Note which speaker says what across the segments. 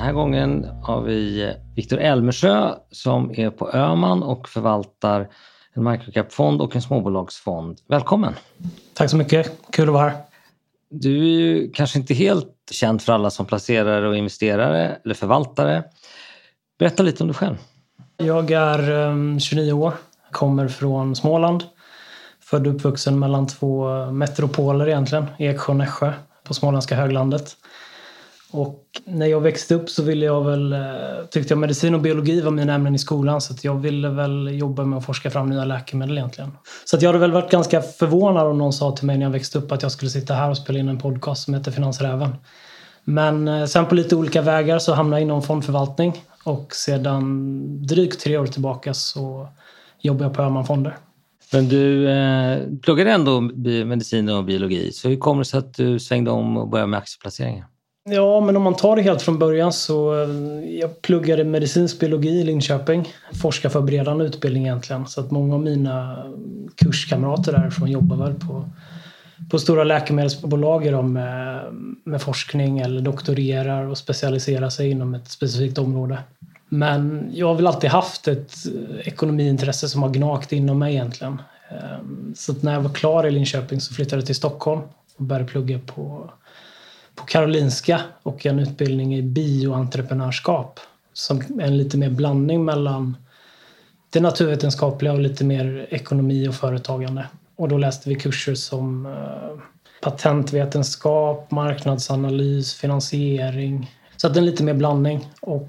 Speaker 1: här gången har vi Viktor Elmersjö som är på Öhman och förvaltar en microcap-fond och en småbolagsfond. Välkommen!
Speaker 2: Tack så mycket, kul att vara här.
Speaker 1: Du är ju kanske inte helt känd för alla som placerare och investerare eller förvaltare. Berätta lite om dig själv.
Speaker 2: Jag är 29 år, kommer från Småland. Född och uppvuxen mellan två metropoler egentligen, Eksjö och Nässjö på Småländska höglandet. Och när jag växte upp så tyckte jag medicin och biologi var mina ämnen i skolan, så att jag ville väl jobba med att forska fram nya läkemedel egentligen. Så att jag hade väl varit ganska förvånad om någon sa till mig när jag växte upp att jag skulle sitta här och spela in en podcast som heter Finansräven. Men sen på lite olika vägar så hamnade jag inom fondförvaltning och sedan drygt 3 år tillbaka så jobbar jag på Öhman Fonder.
Speaker 1: Men du pluggade ändå medicin och biologi, så hur kommer det sig att du svängde om och började med aktieplaceringar?
Speaker 2: Ja, men om man tar det helt från början så jag pluggade medicinsk biologi i Linköping. Forskarförberedande utbildning egentligen. Så att många av mina kurskamrater därifrån jobbar väl på stora läkemedelsbolag med forskning eller doktorerar och specialiserar sig inom ett specifikt område. Men jag har väl alltid haft ett ekonomiintresse som har gnagt inom mig egentligen. Så att när jag var klar i Linköping så flyttade jag till Stockholm och började plugga på Karolinska och en utbildning i bioentreprenörskap som är en lite mer blandning mellan det naturvetenskapliga och lite mer ekonomi och företagande. Och då läste vi kurser som patentvetenskap, marknadsanalys, finansiering. Så att det är en lite mer blandning. Och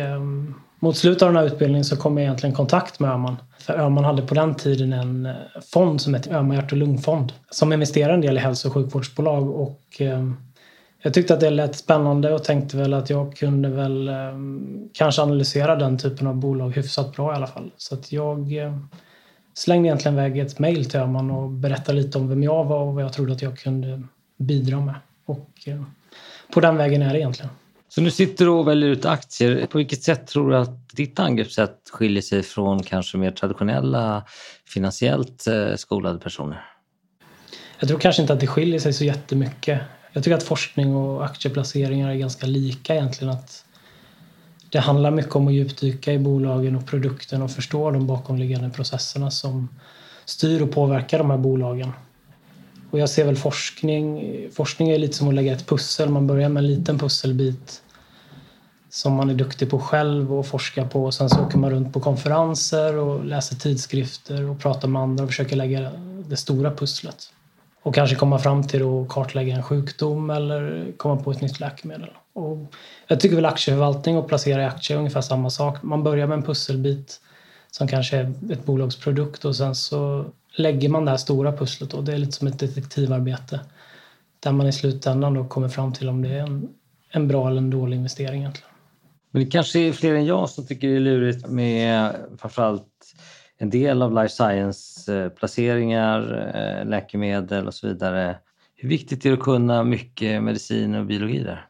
Speaker 2: mot slutet av den här utbildningen så kom jag egentligen i kontakt med Öhman. För Öhman hade på den tiden en fond som heter Öhman hjärt- och lungfond som investerar en del i hälso- och sjukvårdsbolag. Och jag tyckte att det lät spännande och tänkte väl att jag kunde väl kanske analysera den typen av bolag hyfsat bra i alla fall. Så att jag slängde egentligen iväg ett mejl till Öhman och berättade lite om vem jag var och vad jag trodde att jag kunde bidra med. Och på den vägen är det egentligen.
Speaker 1: Så nu sitter du och väljer ut aktier. På vilket sätt tror du att ditt angreppssätt skiljer sig från kanske mer traditionella finansiellt skolade personer?
Speaker 2: Jag tror kanske inte att det skiljer sig så jättemycket. Jag tycker att forskning och aktieplaceringar är ganska lika egentligen. Att det handlar mycket om att djupdyka i bolagen och produkten och förstå de bakomliggande processerna som styr och påverkar de här bolagen. Och jag ser väl forskning är lite som att lägga ett pussel. Man börjar med en liten pusselbit som man är duktig på själv och forskar på. Och sen så åker man runt på konferenser och läser tidskrifter och pratar med andra och försöker lägga det stora pusslet. Och kanske komma fram till att kartlägga en sjukdom eller komma på ett nytt läkemedel. Och jag tycker väl aktieförvaltning och placera i aktier är ungefär samma sak. Man börjar med en pusselbit som kanske är ett bolagsprodukt och sen så lägger man det här stora pusslet och det är lite som ett detektivarbete. Där man i slutändan då kommer fram till om det är en bra eller en dålig investering egentligen.
Speaker 1: Men det kanske är fler än jag som tycker det är lurigt med framförallt en del av life science-placeringar, läkemedel och så vidare. Hur viktigt är det att kunna mycket medicin och biologi där?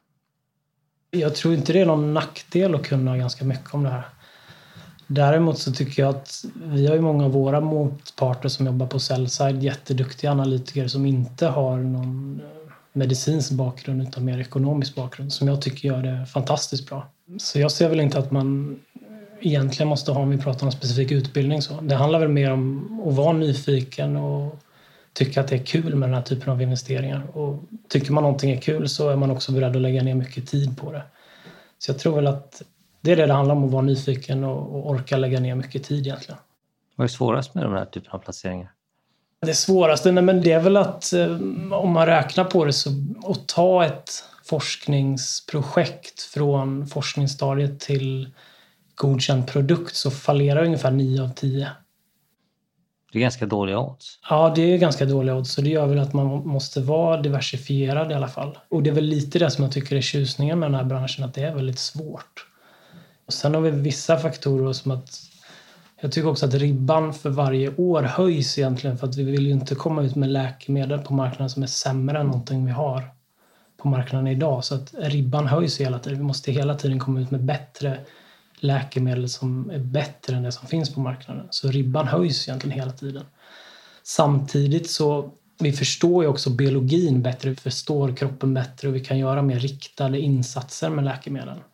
Speaker 1: Jag
Speaker 2: tror inte det är någon nackdel att kunna ganska mycket om det här. Däremot så tycker jag att vi har ju många av våra motparter som jobbar på sell-side, jätteduktiga analytiker som inte har någon medicinsk bakgrund utan mer ekonomisk bakgrund som jag tycker gör det fantastiskt bra. Så jag ser väl inte att man egentligen måste ha, om vi pratar om en specifik utbildning så. Det handlar väl mer om att vara nyfiken och tycka att det är kul med den här typen av investeringar. Och tycker man någonting är kul så är man också beredd att lägga ner mycket tid på det. Så jag tror väl att det är det handlar om, att vara nyfiken och orka lägga ner mycket tid egentligen.
Speaker 1: Vad är svårast med de här typen av placeringar?
Speaker 2: Det svåraste men det är väl att om man räknar på det så att ta ett forskningsprojekt från forskningsstadiet till godkänd produkt så fallerar ungefär 9 av 10.
Speaker 1: Det är ganska dåliga odds.
Speaker 2: Ja, det är ganska dåliga odds. Så det gör väl att man måste vara diversifierad i alla fall. Och det är väl lite det som jag tycker är tjusningen med den här branschen, att det är väldigt svårt. Och sen har vi vissa faktorer som att jag tycker också att ribban för varje år höjs egentligen, för att vi vill ju inte komma ut med läkemedel på marknaden som är sämre än någonting vi har på marknaden idag. Så att ribban höjs hela tiden. Vi måste hela tiden komma ut med bättre läkemedel som är bättre än det som finns på marknaden. Så ribban höjs egentligen hela tiden. Samtidigt så vi förstår ju också biologin bättre, vi förstår kroppen bättre och vi kan göra mer riktade insatser med läkemedel.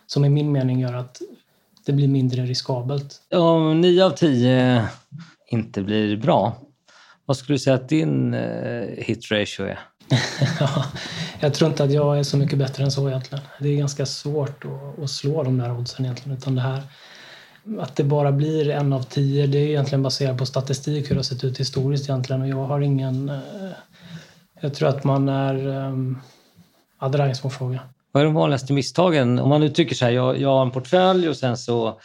Speaker 2: som i min mening gör att det blir mindre riskabelt.
Speaker 1: Om 9 av 10 inte blir bra, vad skulle du säga att din hit ratio är?
Speaker 2: Jag tror inte att jag är så mycket bättre än så egentligen. Det är ganska svårt att slå de där oddsen egentligen. Utan det här, att det bara blir 1 av 10, det är egentligen baserat på statistik hur det har sett ut historiskt egentligen. Och jag har ingen... Jag tror att man är... Ja, det där är en svår fråga.
Speaker 1: Vad är de vanligaste misstagen? Om man nu tycker så här, jag har en portfölj och sen så...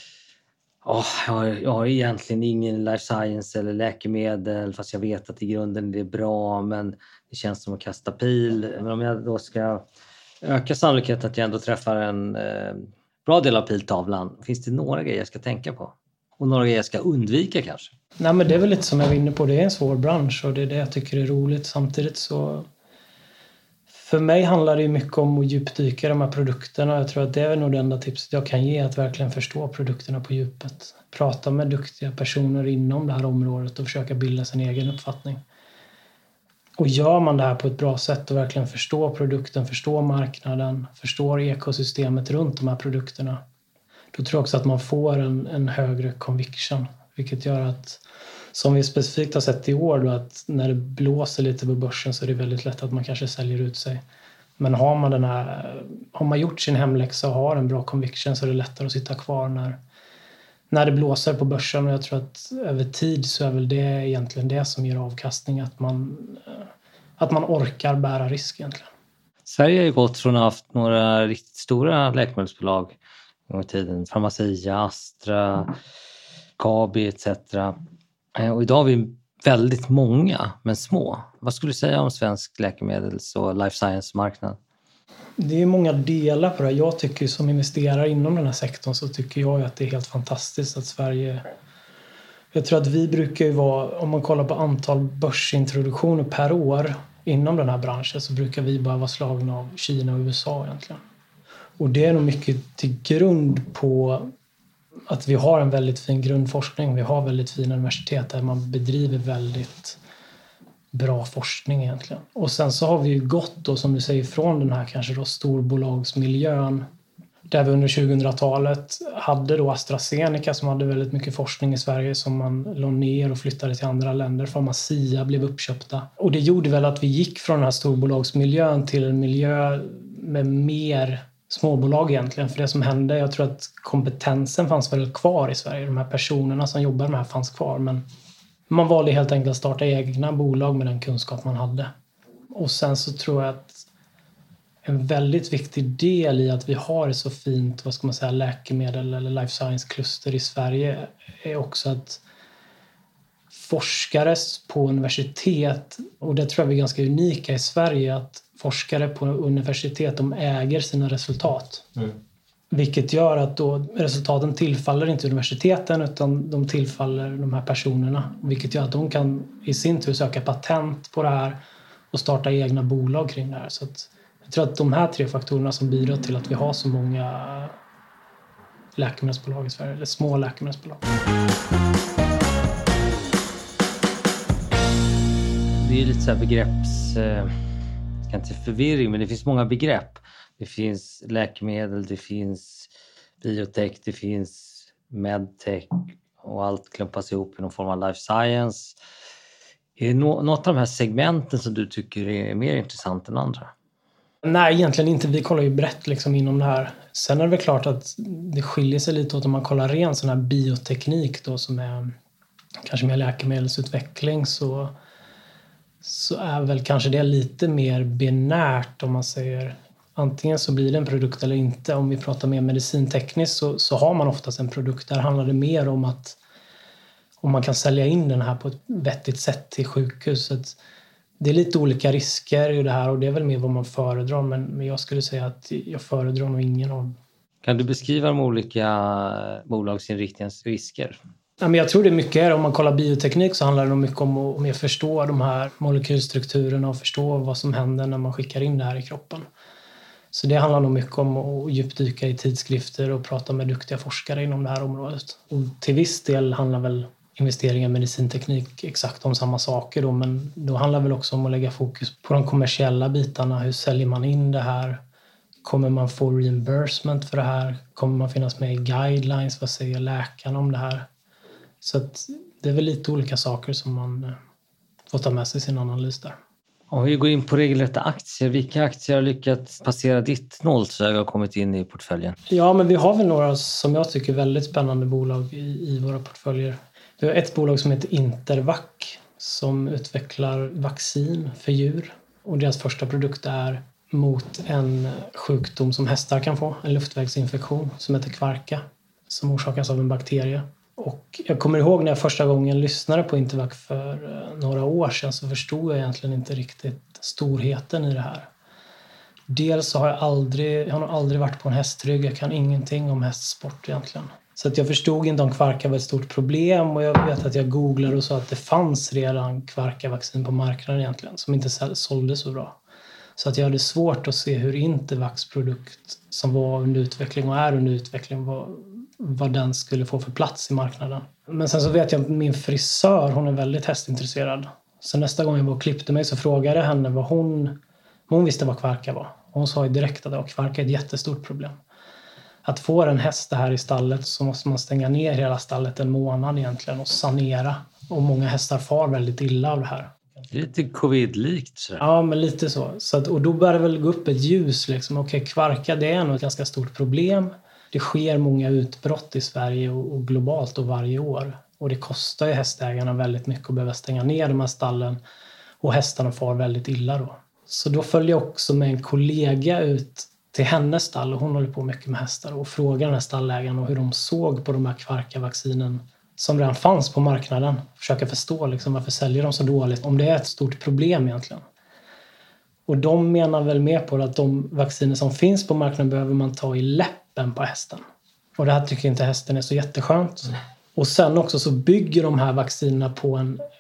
Speaker 1: jag har egentligen ingen life science eller läkemedel fast jag vet att i grunden det är bra, men det känns som att kasta pil. Men om jag då ska öka sannolikheten att jag ändå träffar en bra del av piltavlan, finns det några grejer jag ska tänka på? Och några grejer jag ska undvika kanske?
Speaker 2: Nej, men det är väl lite som jag var inne på, det är en svår bransch och det är det jag tycker är roligt. Samtidigt så... För mig handlar det ju mycket om att djupdyka de här produkterna. Jag tror att det är nog det enda tipset jag kan ge, att verkligen förstå produkterna på djupet. Prata med duktiga personer inom det här området och försöka bilda sin egen uppfattning. Och gör man det här på ett bra sätt och verkligen förstår produkten, förstår marknaden, förstår ekosystemet runt de här produkterna, då tror jag också att man får en högre conviction. Vilket gör att, som vi specifikt har sett i år, då, att när det blåser lite på börsen så är det väldigt lätt att man kanske säljer ut sig. Men har man gjort sin hemläxa och har en bra conviction så är det lättare att sitta kvar när det blåser på börsen. Och jag tror att över tid så är väl det egentligen det som ger avkastning, att man orkar bära risk egentligen.
Speaker 1: Sverige har ju gått från att ha haft några riktigt stora läkemedelsbolag i tiden. Pharmacia, Astra, Kabi etc. Och idag har vi väldigt många, men små. Vad skulle du säga om svensk läkemedels- och life science-marknad?
Speaker 2: Det är många delar på det. Jag tycker som investerare inom den här sektorn så tycker jag att det är helt fantastiskt att Sverige... Jag tror att vi brukar ju vara, om man kollar på antal börsintroduktioner per år inom den här branschen, så brukar vi bara vara slagna av Kina och USA egentligen. Och det är nog mycket till grund på att vi har en väldigt fin grundforskning. Vi har väldigt fina universitet där man bedriver väldigt bra forskning egentligen. Och sen så har vi ju gått då, som du säger, från den här kanske då storbolagsmiljön där vi under 2000-talet hade då AstraZeneca som hade väldigt mycket forskning i Sverige som man la ner och flyttade till andra länder. Pharmacia blev uppköpta. Och det gjorde väl att vi gick från den här storbolagsmiljön till en miljö med mer småbolag egentligen. För det som hände, jag tror att kompetensen fanns väl kvar i Sverige. De här personerna som jobbade med det här fanns kvar. Men man valde helt enkelt att starta egna bolag med den kunskap man hade. Och sen så tror jag att en väldigt viktig del i att vi har ett så fint, vad ska man säga, läkemedel eller life science-kluster i Sverige är också att forskare på universitet, och det tror jag vi är ganska unika i Sverige, att forskare på universitet, de äger sina resultat. Vilket gör att då resultaten tillfaller inte universiteten utan de tillfaller de här personerna. Vilket gör att de kan i sin tur söka patent på det här och starta egna bolag kring det här. Så att jag tror att de här 3 faktorerna som bidrar till att vi har så många läkemedelsbolag i Sverige, eller små läkemedelsbolag.
Speaker 1: Det är lite så här inte förvirring, men det finns många begrepp. Det finns läkemedel, det finns biotech, det finns medtech och allt klumpas ihop i någon form av life science. Är det något av de här segmenten som du tycker är mer intressant än andra?
Speaker 2: Nej, egentligen inte. Vi kollar ju brett liksom inom det här. Sen är det väl klart att det skiljer sig lite åt om man kollar ren sån här bioteknik då, som är kanske mer läkemedelsutveckling, så är väl kanske det lite mer binärt om man säger. Antingen så blir det en produkt eller inte. Om vi pratar mer medicintekniskt så har man oftast en produkt. Där handlar det mer om att om man kan sälja in den här på ett vettigt sätt till sjukhuset. Det är lite olika risker i det här och det är väl mer vad man föredrar. Men jag skulle säga att jag föredrar nog ingen av dem.
Speaker 1: Kan du beskriva de olika bolagsinriktningens risker?
Speaker 2: Ja, men jag tror det är mycket. Om man kollar bioteknik så handlar det nog mycket om att mer förstå de här molekylstrukturerna och förstå vad som händer när man skickar in det här i kroppen. Så det handlar nog mycket om att djupdyka i tidskrifter och prata med duktiga forskare inom det här området. Och till viss del handlar väl investeringar i medicinteknik exakt om samma saker då, men då handlar det väl också om att lägga fokus på de kommersiella bitarna. Hur säljer man in det här? Kommer man få reimbursement för det här? Kommer man finnas med i guidelines? Vad säger läkarna om det här? Så att det är väl lite olika saker som man får ta med sig i sin analys där.
Speaker 1: Om vi går in på regelrätta aktier, vilka aktier har lyckats passera ditt nålsöga och kommit in i portföljen?
Speaker 2: Ja, men vi har väl några som jag tycker väldigt spännande bolag i våra portföljer. Vi har ett bolag som heter Intervac som utvecklar vaccin för djur. Och deras första produkt är mot en sjukdom som hästar kan få, en luftvägsinfektion som heter kvarka, som orsakas av en bakterie. Och jag kommer ihåg när jag första gången lyssnade på Intervac för några år sedan, så förstod jag egentligen inte riktigt storheten i det här. Dels så har jag har aldrig varit på en hästrygg, jag kan ingenting om hästsport egentligen. Så att jag förstod inte om kvarka var ett stort problem, och jag vet att jag googlade och sa att det fanns redan kvarkavaccin på marknaden egentligen som inte sålde så bra. Så att jag hade svårt att se hur Intervacs produkt som var under utveckling och är under utveckling vad den skulle få för plats i marknaden. Men sen så vet jag att min frisör, hon är väldigt hästintresserad. Så nästa gång jag var och klippte mig så frågade jag henne vad hon visste vad kvarka var. Hon sa ju direkt att kvarka är ett jättestort problem. Att få en häst här i stallet så måste man stänga ner hela stallet en månad egentligen och sanera. Och många hästar far väldigt illa av det här.
Speaker 1: Lite covid-likt. Så.
Speaker 2: Ja, men lite så. Och då börjar det väl gå upp ett ljus. Liksom. Okej, kvarka det är nog ett ganska stort problem. Det sker många utbrott i Sverige och globalt och varje år. Och det kostar ju hästägarna väldigt mycket att behöva stänga ner de här stallen. Och hästarna far väldigt illa då. Så då följde jag också med en kollega ut till hennes stall, och hon håller på mycket med hästar, och frågade den här stallägaren och hur de såg på de här kvarkavaccinen som redan fanns på marknaden. Försöka förstå liksom, varför säljer de så dåligt, om det är ett stort problem egentligen. Och de menar väl mer på att de vacciner som finns på marknaden behöver man ta i läppen på hästen. Och det här tycker inte hästen är så jätteskönt. Och sen också så bygger de här vaccinerna på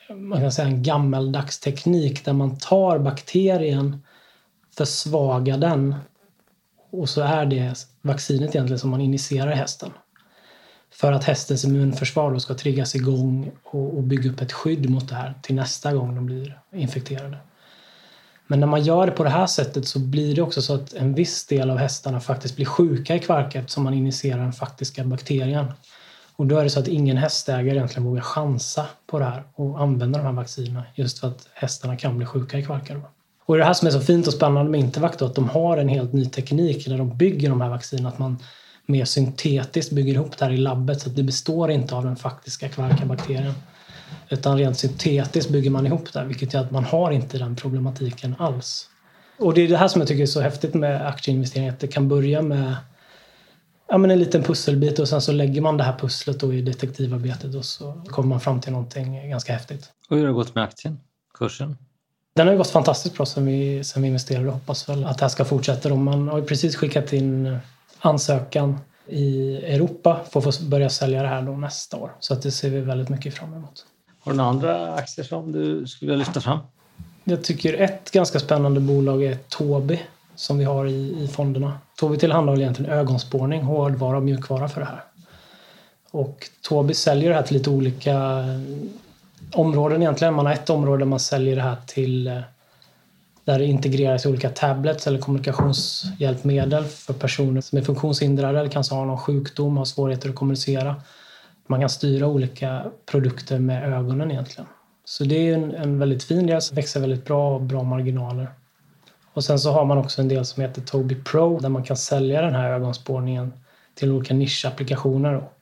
Speaker 2: en gammaldags teknik där man tar bakterien, försvagar den, och så är det vaccinet egentligen som man injicerar i hästen. För att hästens immunförsvar då ska triggas igång och bygga upp ett skydd mot det här till nästa gång de blir infekterade. Men när man gör det på det här sättet så blir det också så att en viss del av hästarna faktiskt blir sjuka i kvarka eftersom man injicerar den faktiska bakterien. Och då är det så att ingen hästägare egentligen vågar chansa på det här och använda de här vaccinerna just för att hästarna kan bli sjuka i kvarka då. Och det här som är så fint och spännande med Intervac då, att de har en helt ny teknik när de bygger de här vaccinerna, att man mer syntetiskt bygger ihop det här i labbet så att det består inte av den faktiska kvarkabakterien. Utan rent syntetiskt bygger man ihop det, vilket gör att man har inte den problematiken alls. Och det är det här som jag tycker är så häftigt med aktieinvestering, att det kan börja med en liten pusselbit och sen så lägger man det här pusslet då i detektivarbetet och så kommer man fram till någonting ganska häftigt.
Speaker 1: Och hur har det gått med aktien? Kursen?
Speaker 2: Den har ju gått fantastiskt bra sen vi investerade och hoppas väl att det här ska fortsätta. Man har ju precis skickat in ansökan i Europa för att få börja sälja det här då nästa år. Så att det ser vi väldigt mycket fram emot.
Speaker 1: Har du några andra aktier som du skulle vilja lyfta fram?
Speaker 2: Jag tycker ett ganska spännande bolag är Tobii som vi har i fonderna. Tobii tillhandahåller egentligen ögonspårning, hårdvara och mjukvara för det här. Och Tobii säljer det här till lite olika områden egentligen. Man har ett område där man säljer det här till där det integreras i olika tablets eller kommunikationshjälpmedel för personer som är funktionshindrade eller kanske har någon sjukdom och har svårigheter att kommunicera. Man kan styra olika produkter med ögonen egentligen. Så det är en väldigt fin del som växer väldigt bra och bra marginaler. Och sen så har man också en del som heter Tobii Pro där man kan sälja den här ögonspårningen till olika nischapplikationer. Och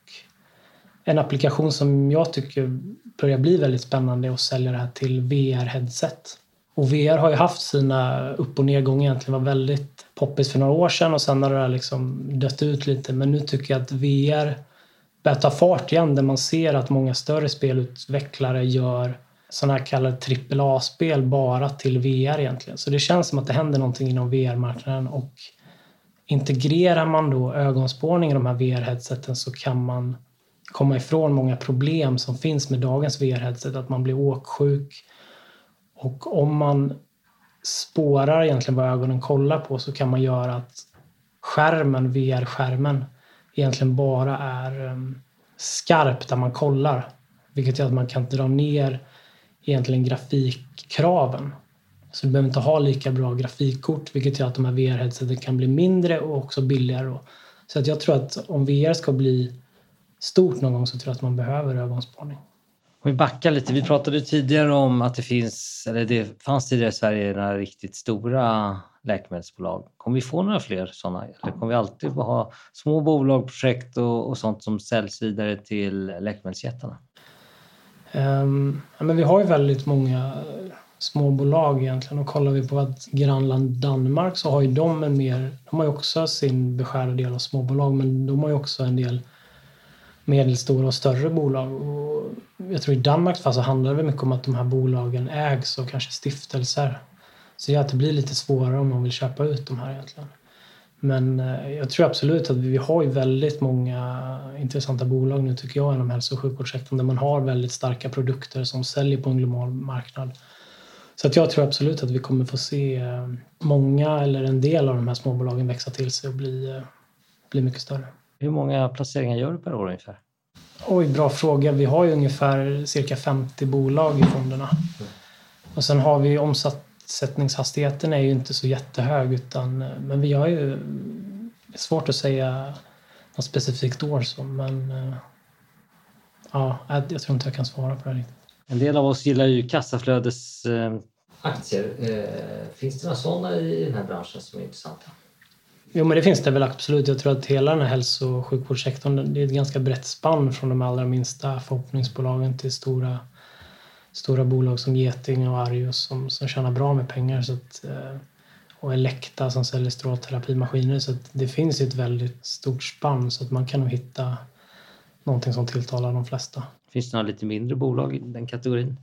Speaker 2: en applikation som jag tycker börjar bli väldigt spännande är att sälja det här till VR-headset. Och VR har ju haft sina upp- och nedgångar egentligen, var väldigt poppis för några år sedan och sen har det här liksom dött ut lite. Men nu tycker jag att VR börjar ta fart igen där man ser att många större spelutvecklare gör sådana här kallade AAA-spel bara till VR egentligen. Så det känns som att det händer någonting inom VR-marknaden och integrerar man då ögonspårning i de här VR-headseten så kan man komma ifrån många problem som finns med dagens VR-headset, att man blir åksjuk. Och om man spårar egentligen vad ögonen kollar på så kan man göra att skärmen, VR-skärmen, egentligen bara är skarp där man kollar. Vilket gör att man kan dra ner egentligen grafikkraven. Så du behöver inte ha lika bra grafikkort, vilket gör att de här VR-headseten kan bli mindre och också billigare. Så att jag tror att om VR ska bli stort någon gång så tror jag att man behöver ögonspaning.
Speaker 1: Om vi backar lite, vi pratade tidigare om att det fanns tidigare i Sverige några riktigt stora läkemedelsbolag. Kommer vi få några fler sådana? Eller kommer vi alltid ha små bolag, projekt och sånt som säljs vidare till läkemedelsjättarna?
Speaker 2: Men vi har ju väldigt många småbolag egentligen, och kollar vi på ett grannland Danmark så har ju de har ju också sin beskärda del av småbolag, men de har ju också en del medelstora och större bolag. Och jag tror i Danmark så handlar det mycket om att de här bolagen ägs av kanske stiftelser. Så att det blir lite svårare om man vill köpa ut de här egentligen. Men jag tror absolut att vi har ju väldigt många intressanta bolag nu tycker jag inom hälso- och sjukvårdssektorn där man har väldigt starka produkter som säljer på en global marknad. Så att jag tror absolut att vi kommer få se många eller en del av de här småbolagen växa till sig och bli mycket större.
Speaker 1: Hur många placeringar gör du per år ungefär?
Speaker 2: Oj, bra fråga. Vi har ju ungefär cirka 50 bolag i fonderna. Och sen har vi omsättningshastigheten är ju inte så jättehög men vi har ju, det är svårt att säga något specifikt år så, men ja, jag tror inte jag kan svara på det riktigt.
Speaker 1: En del av oss gillar ju kassaflödesaktier. Finns det några sådana i den här branschen som är intressanta?
Speaker 2: Jo, men det finns det väl absolut. Jag tror att hela den här hälso- och sjukvårdssektorn, det är ett ganska brett spann från de allra minsta förhoppningsbolagen till stora bolag som Geting och Arius som tjänar bra med pengar och Elekta som säljer strålterapimaskiner. Så att det finns ett väldigt stort spann så att man kan nog hitta någonting som tilltalar de flesta.
Speaker 1: Finns det några lite mindre bolag i den kategorin?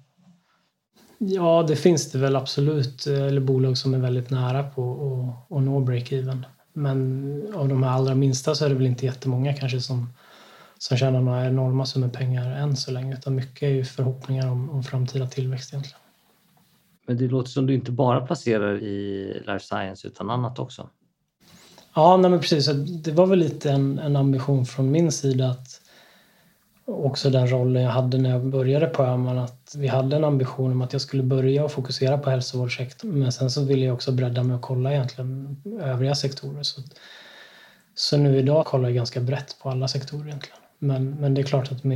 Speaker 2: Ja, det finns det väl absolut. Eller bolag som är väldigt nära på att nå break-even. Men av de här allra minsta så är det väl inte jättemånga kanske som tjänar några enorma summor pengar än så länge. Utan mycket är ju förhoppningar om framtida tillväxt egentligen.
Speaker 1: Men det låter som du inte bara placerar i life science utan annat också.
Speaker 2: Ja, nej men precis. Det var väl lite en ambition från min sida att också den rollen jag hade när jag började på Öhman, att vi hade en ambition om att jag skulle börja och fokusera på hälsovårdssektorn, men sen så ville jag också bredda mig och kolla egentligen övriga sektorer. Så nu idag kollar jag ganska brett på alla sektorer egentligen. Men det är klart att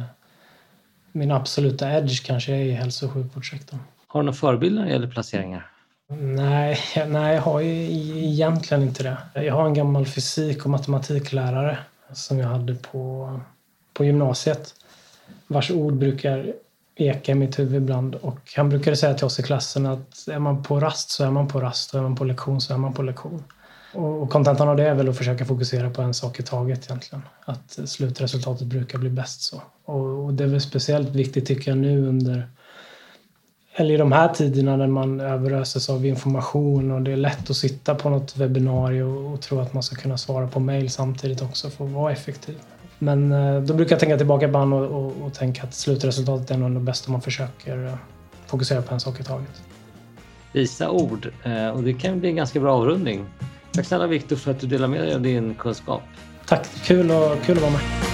Speaker 2: min absoluta edge kanske är i hälso- och sjukvårdssektorn.
Speaker 1: Har du några förebilder när det gäller placeringar?
Speaker 2: Nej, jag har ju egentligen inte det. Jag har en gammal fysik- och matematiklärare som jag hade på gymnasiet, vars ord brukar eka i mitt huvud ibland. Och han brukade säga till oss i klassen att är man på rast så är man på rast, och är man på lektion så är man på lektion. Och kontentan av det är väl att försöka fokusera på en sak i taget egentligen. Att slutresultatet brukar bli bäst så. Och det är väl speciellt viktigt tycker jag nu i de här tiderna när man överöses av information och det är lätt att sitta på något webbinarium och tro att man ska kunna svara på mejl samtidigt också för att vara effektiv. Men då brukar jag tänka tillbaka på och tänka att slutresultatet är nog det bästa om man försöker fokusera på en sak i taget.
Speaker 1: Visa ord, och det kan bli en ganska bra avrundning. Tack snälla Viktor för att du delar med dig av din kunskap.
Speaker 2: Tack, kul att vara med.